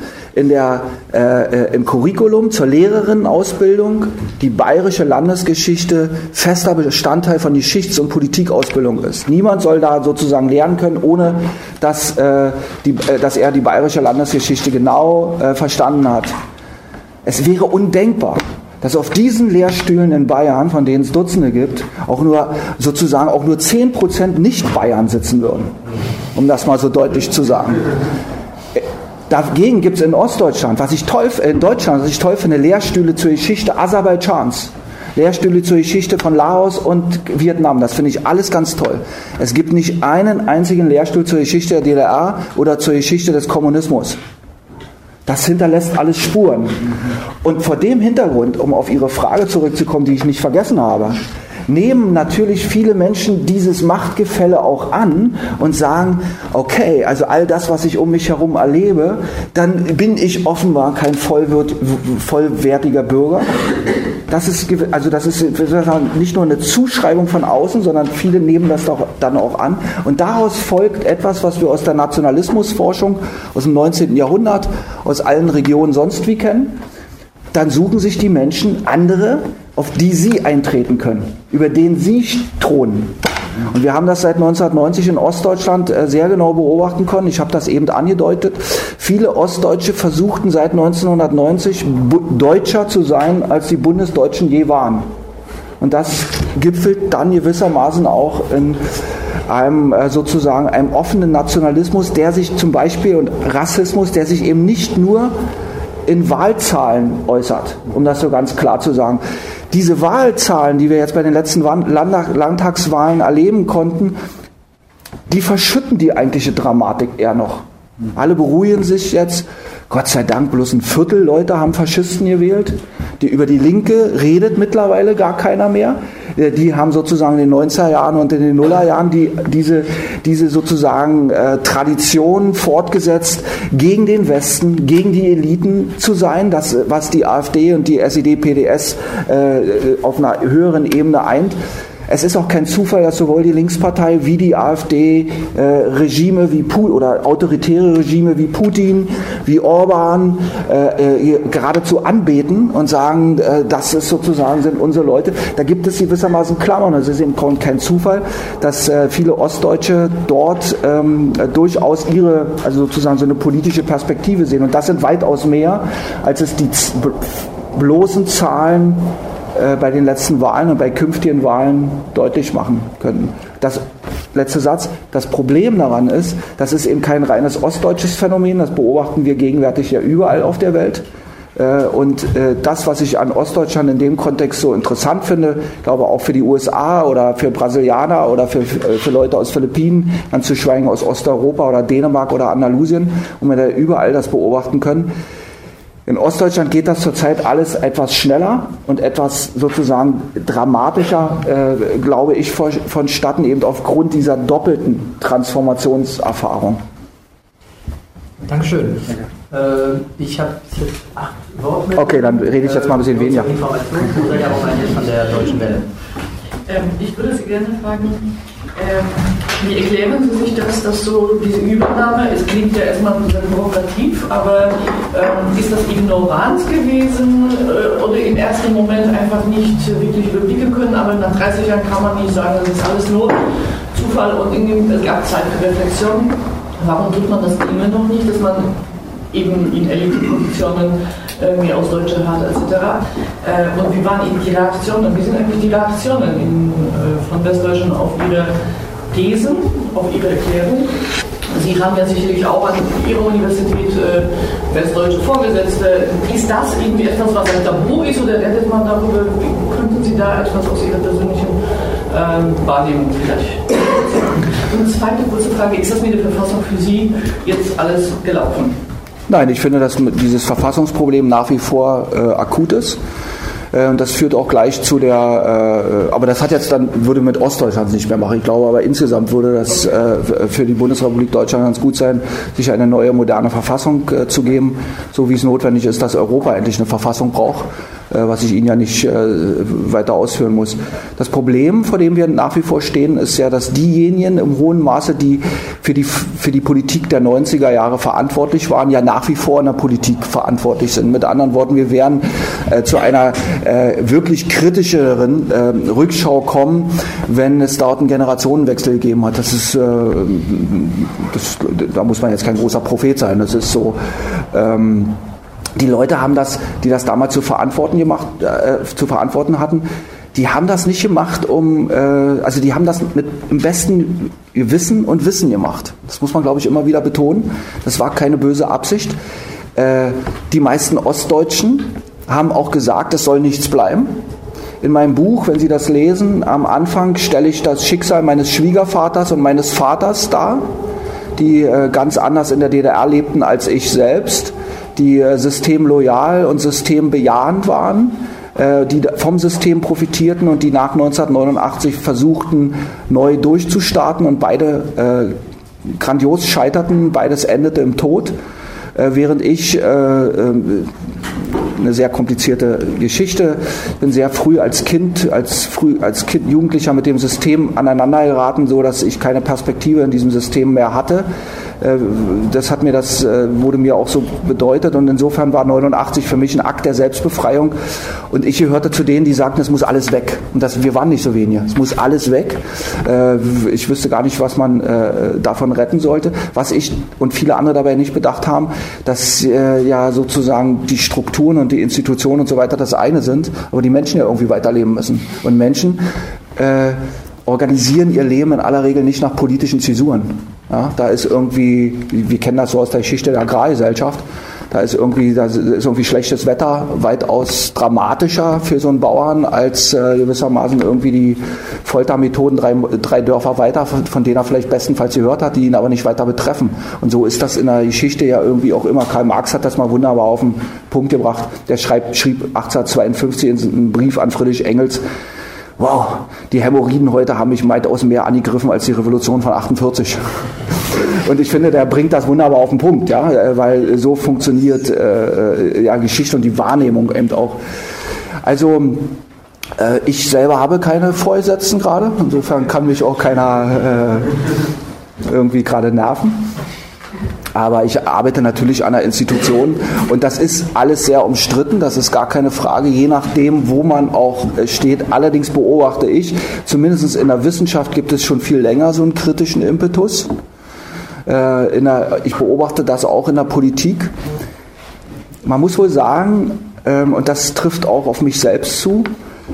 im Curriculum zur Lehrerinnenausbildung die bayerische Landesgeschichte fester Bestandteil von Geschichts- und Politikausbildung ist. Niemand soll da sozusagen lernen können, ohne dass er die bayerische Landesgeschichte genau verstanden hat. Es wäre undenkbar, dass auf diesen Lehrstühlen in Bayern, von denen es Dutzende gibt, auch nur 10% Nicht-Bayern sitzen würden, um das mal so deutlich zu sagen. Dagegen gibt es in Ostdeutschland, was ich toll finde, Lehrstühle zur Geschichte Aserbaidschans, Lehrstühle zur Geschichte von Laos und Vietnam. Das finde ich alles ganz toll. Es gibt nicht einen einzigen Lehrstuhl zur Geschichte der DDR oder zur Geschichte des Kommunismus. Das hinterlässt alles Spuren. Und vor dem Hintergrund, um auf Ihre Frage zurückzukommen, die ich nicht vergessen habe, nehmen natürlich viele Menschen dieses Machtgefälle auch an und sagen, okay, also all das, was ich um mich herum erlebe, dann bin ich offenbar kein vollwertiger Bürger. Das ist nicht nur eine Zuschreibung von außen, sondern viele nehmen das doch dann auch an. Und daraus folgt etwas, was wir aus der Nationalismusforschung aus dem 19. Jahrhundert, aus allen Regionen sonst wie kennen. Dann suchen sich die Menschen andere, auf die sie eintreten können, über denen sie thronen. Und wir haben das seit 1990 in Ostdeutschland sehr genau beobachten können. Ich habe das eben angedeutet. Viele Ostdeutsche versuchten seit 1990 deutscher zu sein, als die Bundesdeutschen je waren. Und das gipfelt dann gewissermaßen auch in einem sozusagen einem offenen Nationalismus, der sich zum Beispiel, und Rassismus, der sich eben nicht nur in Wahlzahlen äußert, um das so ganz klar zu sagen. Diese Wahlzahlen, die wir jetzt bei den letzten Landtagswahlen erleben konnten, die verschütten die eigentliche Dramatik eher noch. Alle beruhigen sich jetzt, Gott sei Dank, bloß ein Viertel Leute haben Faschisten gewählt. Über die Linke redet mittlerweile gar keiner mehr. Die haben sozusagen in den 90er Jahren und in den Nullerjahren diese sozusagen Tradition fortgesetzt, gegen den Westen, gegen die Eliten zu sein, das, was die AfD und die SED-PDS auf einer höheren Ebene eint. Es ist auch kein Zufall, dass sowohl die Linkspartei wie die AfD Regime wie oder autoritäre Regime wie Putin, wie Orban geradezu anbeten und sagen, das ist sozusagen sind unsere Leute. Da gibt es gewissermaßen Klammern. Es ist eben kein Zufall, dass viele Ostdeutsche dort durchaus also sozusagen so eine politische Perspektive sehen. Und das sind weitaus mehr, als es die bloßen Zahlen bei den letzten Wahlen und bei künftigen Wahlen deutlich machen könnten. Das letzte Satz, das Problem daran ist, das ist eben kein reines ostdeutsches Phänomen, das beobachten wir gegenwärtig ja überall auf der Welt. Und das, was ich an Ostdeutschland in dem Kontext so interessant finde, glaube auch für die USA oder für Brasilianer oder für Leute aus Philippinen, ganz zu schweigen aus Osteuropa oder Dänemark oder Andalusien, und wir da überall das beobachten können. In Ostdeutschland geht das zurzeit alles etwas schneller und etwas sozusagen dramatischer, glaube ich, vonstatten, eben aufgrund dieser doppelten Transformationserfahrung. Dankeschön. Ich habe 8 Wortmeldungen. Okay, dann rede ich jetzt mal ein bisschen weniger. Von der Deutschen Welle. Ich würde Sie gerne fragen, wie erklären Sie sich das, dass so diese Übernahme, es klingt ja erstmal sehr provokativ, aber ist das Ignoranz gewesen oder im ersten Moment einfach nicht wirklich überblicken können, aber nach 30 Jahren kann man nicht sagen, das ist alles nur Zufall und es gab Zeit für Reflexion. Warum tut man das immer noch nicht, dass man eben in Elitepositionen mehr Ostdeutsche hat, etc. Und wie waren eben die Reaktionen, wie sind eigentlich die Reaktionen von Westdeutschen auf ihre Thesen, auf ihre Erklärung? Sie haben ja sicherlich auch an Ihrer Universität westdeutsche Vorgesetzte. Ist das irgendwie etwas, was ein Tabu ist, oder redet man darüber? Könnten Sie da etwas aus Ihrer persönlichen Wahrnehmung vielleicht sagen? Und zweite kurze Frage, ist das mit der Verfassung für Sie jetzt alles gelaufen? Nein, ich finde, dass dieses Verfassungsproblem nach wie vor akut ist. Das führt auch gleich zu aber das hat jetzt dann, würde mit Ostdeutschland nicht mehr machen. Ich glaube aber insgesamt würde das für die Bundesrepublik Deutschland ganz gut sein, sich eine neue, moderne Verfassung zu geben, so wie es notwendig ist, dass Europa endlich eine Verfassung braucht, was ich Ihnen ja nicht weiter ausführen muss. Das Problem, vor dem wir nach wie vor stehen, ist ja, dass diejenigen im hohen Maße, die für die Politik der 90er Jahre verantwortlich waren, ja nach wie vor in der Politik verantwortlich sind. Mit anderen Worten, wir werden zu einer wirklich kritischeren Rückschau kommen, wenn es dort einen Generationenwechsel gegeben hat. Das ist, da muss man jetzt kein großer Prophet sein. Das ist so. Die Leute haben die das damals zu verantworten hatten, die haben das nicht gemacht, also die haben das mit im besten Wissen und Wissen gemacht. Das muss man, glaube ich, immer wieder betonen. Das war keine böse Absicht. Die meisten Ostdeutschen haben auch gesagt, es soll nichts bleiben. In meinem Buch, wenn Sie das lesen, am Anfang stelle ich das Schicksal meines Schwiegervaters und meines Vaters dar, die ganz anders in der DDR lebten als ich selbst, die systemloyal und systembejahend waren, die vom System profitierten und die nach 1989 versuchten, neu durchzustarten, und beide grandios scheiterten, beides endete im Tod, während ich eine sehr komplizierte Geschichte. Ich bin sehr früh als Kind, Jugendlicher mit dem System aneinander geraten, so dass ich keine Perspektive in diesem System mehr hatte. Das wurde mir auch so bedeutet, und insofern war 89 für mich ein Akt der Selbstbefreiung, und ich gehörte zu denen, die sagten, es muss alles weg, und wir waren nicht so wenige, es muss alles weg. Ich wüsste gar nicht, was man davon retten sollte, was ich und viele andere dabei nicht bedacht haben, dass ja sozusagen die Strukturen und die Institutionen und so weiter das eine sind, aber die Menschen ja irgendwie weiterleben müssen, und Menschen organisieren ihr Leben in aller Regel nicht nach politischen Zäsuren. Ja, da ist irgendwie, wir kennen das so aus der Geschichte der Agrargesellschaft, da ist irgendwie schlechtes Wetter weitaus dramatischer für so einen Bauern als gewissermaßen irgendwie die Foltermethoden drei Dörfer weiter, von denen er vielleicht bestenfalls gehört hat, die ihn aber nicht weiter betreffen. Und so ist das in der Geschichte ja irgendwie auch immer. Karl Marx hat das mal wunderbar auf den Punkt gebracht. Der schrieb 1852 in einem Brief an Friedrich Engels: Wow, die Hämorrhoiden heute haben mich weitaus mehr angegriffen als die Revolution von 48. Und ich finde, der bringt das wunderbar auf den Punkt, ja, weil so funktioniert Geschichte und die Wahrnehmung eben auch. Also ich selber habe keine Vorgesetzten gerade, insofern kann mich auch keiner irgendwie gerade nerven. Aber ich arbeite natürlich an einer Institution, und das ist alles sehr umstritten, das ist gar keine Frage, je nachdem, wo man auch steht. Allerdings beobachte ich, zumindest in der Wissenschaft gibt es schon viel länger so einen kritischen Impetus. Ich beobachte das auch in der Politik. Man muss wohl sagen, und das trifft auch auf mich selbst zu,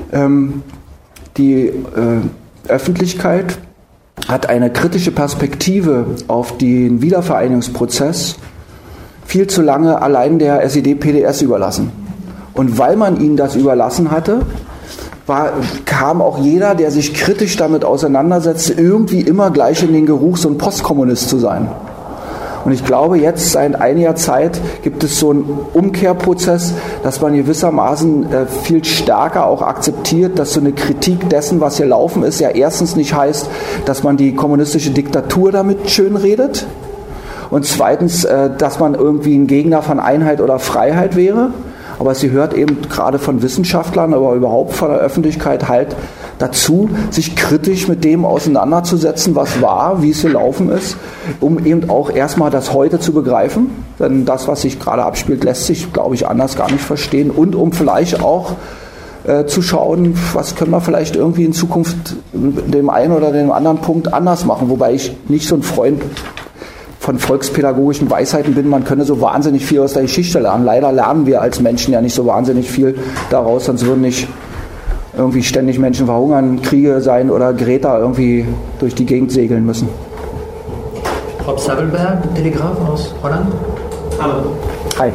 die Öffentlichkeit hat eine kritische Perspektive auf den Wiedervereinigungsprozess viel zu lange allein der SED-PDS überlassen. Und weil man ihnen das überlassen hatte, kam auch jeder, der sich kritisch damit auseinandersetzte, irgendwie immer gleich in den Geruch, so ein Postkommunist zu sein. Und ich glaube, jetzt seit einiger Zeit gibt es so einen Umkehrprozess, dass man gewissermaßen viel stärker auch akzeptiert, dass so eine Kritik dessen, was hier laufen ist, ja erstens nicht heißt, dass man die kommunistische Diktatur damit schönredet, und zweitens, dass man irgendwie ein Gegner von Einheit oder Freiheit wäre. Aber sie hört eben gerade von Wissenschaftlern, aber überhaupt von der Öffentlichkeit halt dazu, sich kritisch mit dem auseinanderzusetzen, was war, wie es gelaufen ist, um eben auch erstmal das Heute zu begreifen. Denn das, was sich gerade abspielt, lässt sich, glaube ich, anders gar nicht verstehen. Und um vielleicht auch zu schauen, was können wir vielleicht irgendwie in Zukunft in dem einen oder dem anderen Punkt anders machen. Wobei ich nicht so ein Freund von volkspädagogischen Weisheiten bin, man könne so wahnsinnig viel aus der Geschichte lernen. Leider lernen wir als Menschen ja nicht so wahnsinnig viel daraus, sonst würden nicht irgendwie ständig Menschen verhungern, Kriege sein oder Greta irgendwie durch die Gegend segeln müssen. Rob Savelberg, Telegraph aus Holland. Hallo. Hi.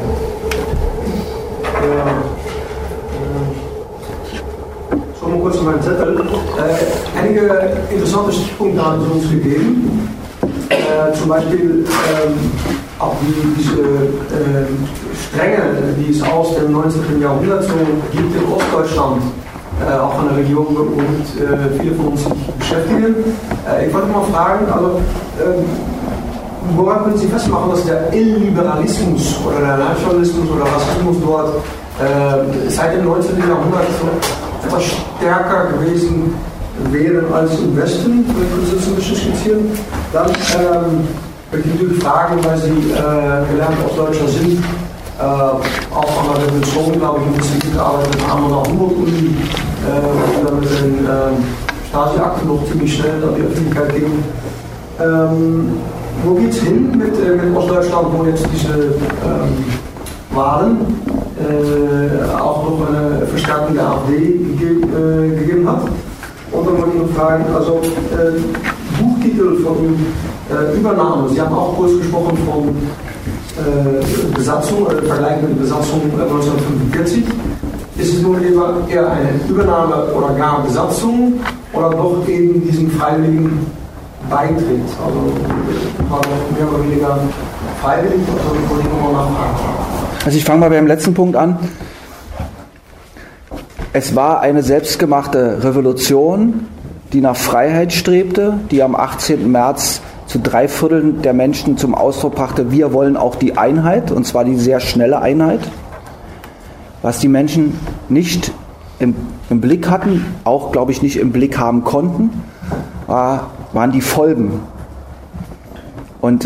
Schau mal kurz auf meinen Zettel. Einige interessante Stichpunkte haben Sie uns gegeben. Zum Beispiel auch diese Stränge, die es aus dem 19. Jahrhundert so gibt in Ostdeutschland, auch eine Region, womit viele von uns sich beschäftigen. Ich wollte mal fragen, also, woran können Sie festmachen, dass der Illiberalismus oder der Nationalismus oder Rassismus dort seit dem 19. Jahrhundert so etwas stärker gewesen wären als im Westen? Können Sie das ein bisschen skizzieren? Dann möchte ich natürlich fragen, weil Sie gelernt Ostdeutscher sind, auch an der Revolution, glaube ich, ein bisschen mitgearbeitet haben, an der Humboldt-Uni, wo dann mit den Stasi-Akten noch ziemlich schnell an die Öffentlichkeit ging. Wo geht es hin mit Ostdeutschland, wo jetzt diese Wahlen auch noch eine Verstärkung der AfD gegeben hat? Und dann wollte ich noch fragen, also Buchtitel von Übernahme. Sie haben auch kurz gesprochen von Besatzung, Vergleich mit der Besatzung 1945. Ist es nur eher eine Übernahme oder gar Besatzung oder doch eben diesen freiwilligen Beitritt? Also war doch mehr oder weniger freiwillig, also wollte ich nochmal nachfragen. Also ich fange mal beim letzten Punkt an. Es war eine selbstgemachte Revolution, die nach Freiheit strebte, die am 18. März zu 3/4 der Menschen zum Ausdruck brachte, wir wollen auch die Einheit, und zwar die sehr schnelle Einheit. Was die Menschen nicht im Blick hatten, auch, glaube ich, nicht im Blick haben konnten, waren die Folgen. Und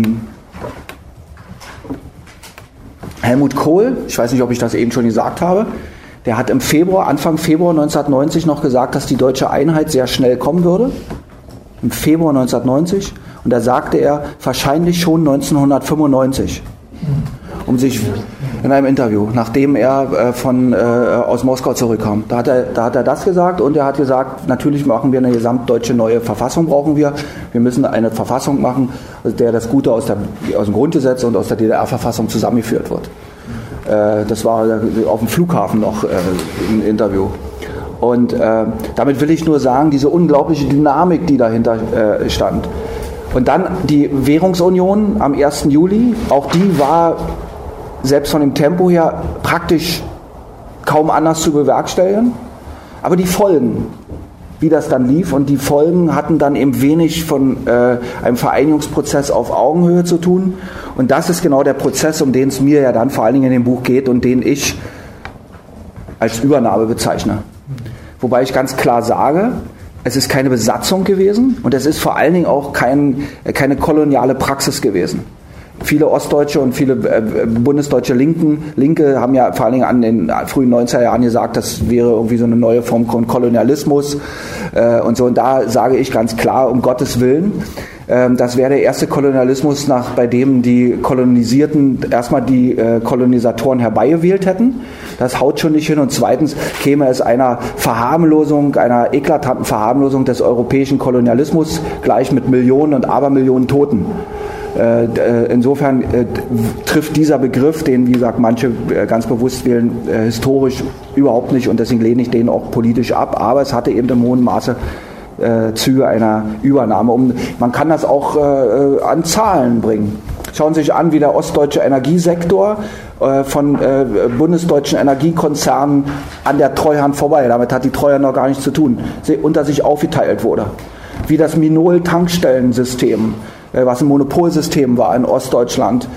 Helmut Kohl, ich weiß nicht, ob ich das eben schon gesagt habe, der hat Anfang Februar 1990 noch gesagt, dass die deutsche Einheit sehr schnell kommen würde. Im Februar 1990. Und da sagte er, wahrscheinlich schon 1995. Um sich in einem Interview, nachdem er aus Moskau zurückkam. Da hat er das gesagt und er hat gesagt, natürlich machen wir eine gesamtdeutsche neue Verfassung, brauchen wir. Wir müssen eine Verfassung machen, der das Gute aus dem Grundgesetz und aus der DDR-Verfassung zusammengeführt wird. Das war auf dem Flughafen noch ein Interview. Und damit will ich nur sagen, diese unglaubliche Dynamik, die dahinter stand. Und dann die Währungsunion am 1. Juli, auch die war selbst von dem Tempo her praktisch kaum anders zu bewerkstelligen. Aber die Folgen, wie das dann lief, und die Folgen hatten dann eben wenig von einem Vereinigungsprozess auf Augenhöhe zu tun. Und das ist genau der Prozess, um den es mir ja dann vor allen Dingen in dem Buch geht und den ich als Übernahme bezeichne. Wobei ich ganz klar sage, es ist keine Besatzung gewesen und es ist vor allen Dingen auch keine koloniale Praxis gewesen. Viele Ostdeutsche und viele bundesdeutsche Linke haben ja vor allen Dingen an den frühen 90er Jahren gesagt, das wäre irgendwie so eine neue Form von Kolonialismus und so. Und da sage ich ganz klar, um Gottes Willen, das wäre der erste Kolonialismus, bei dem die Kolonisierten erstmal die Kolonisatoren herbeigewählt hätten. Das haut schon nicht hin. Und zweitens käme es einer eklatanten Verharmlosung des europäischen Kolonialismus gleich mit Millionen und Abermillionen Toten. Insofern trifft dieser Begriff, den, wie gesagt, manche ganz bewusst wählen, historisch überhaupt nicht, und deswegen lehne ich den auch politisch ab. Aber es hatte eben im hohen Maße Züge einer Übernahme. Man kann das auch an Zahlen bringen. Schauen Sie sich an, wie der ostdeutsche Energiesektor von bundesdeutschen Energiekonzernen an der Treuhand vorbei, damit hat die Treuhand noch gar nichts zu tun, unter sich aufgeteilt wurde. Wie das Minol-Tankstellensystem, was ein Monopolsystem war in Ostdeutschland,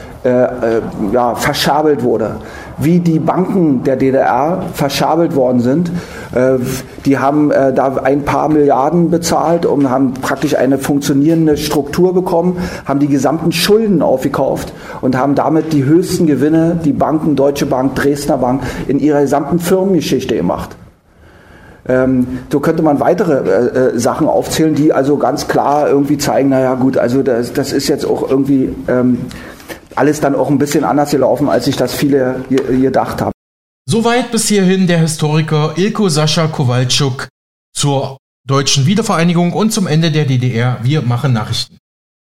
verschabelt wurde. Wie die Banken der DDR verschabelt worden sind. Die haben da ein paar Milliarden bezahlt und haben praktisch eine funktionierende Struktur bekommen, haben die gesamten Schulden aufgekauft und haben damit die höchsten Gewinne, die Banken, Deutsche Bank, Dresdner Bank, in ihrer gesamten Firmengeschichte gemacht. So könnte man weitere Sachen aufzählen, die also ganz klar irgendwie zeigen, naja gut, also das ist jetzt auch irgendwie alles dann auch ein bisschen anders gelaufen, als sich das viele gedacht haben. Soweit bis hierhin der Historiker Ilko Sascha Kowalczuk zur deutschen Wiedervereinigung und zum Ende der DDR. Wir machen Nachrichten.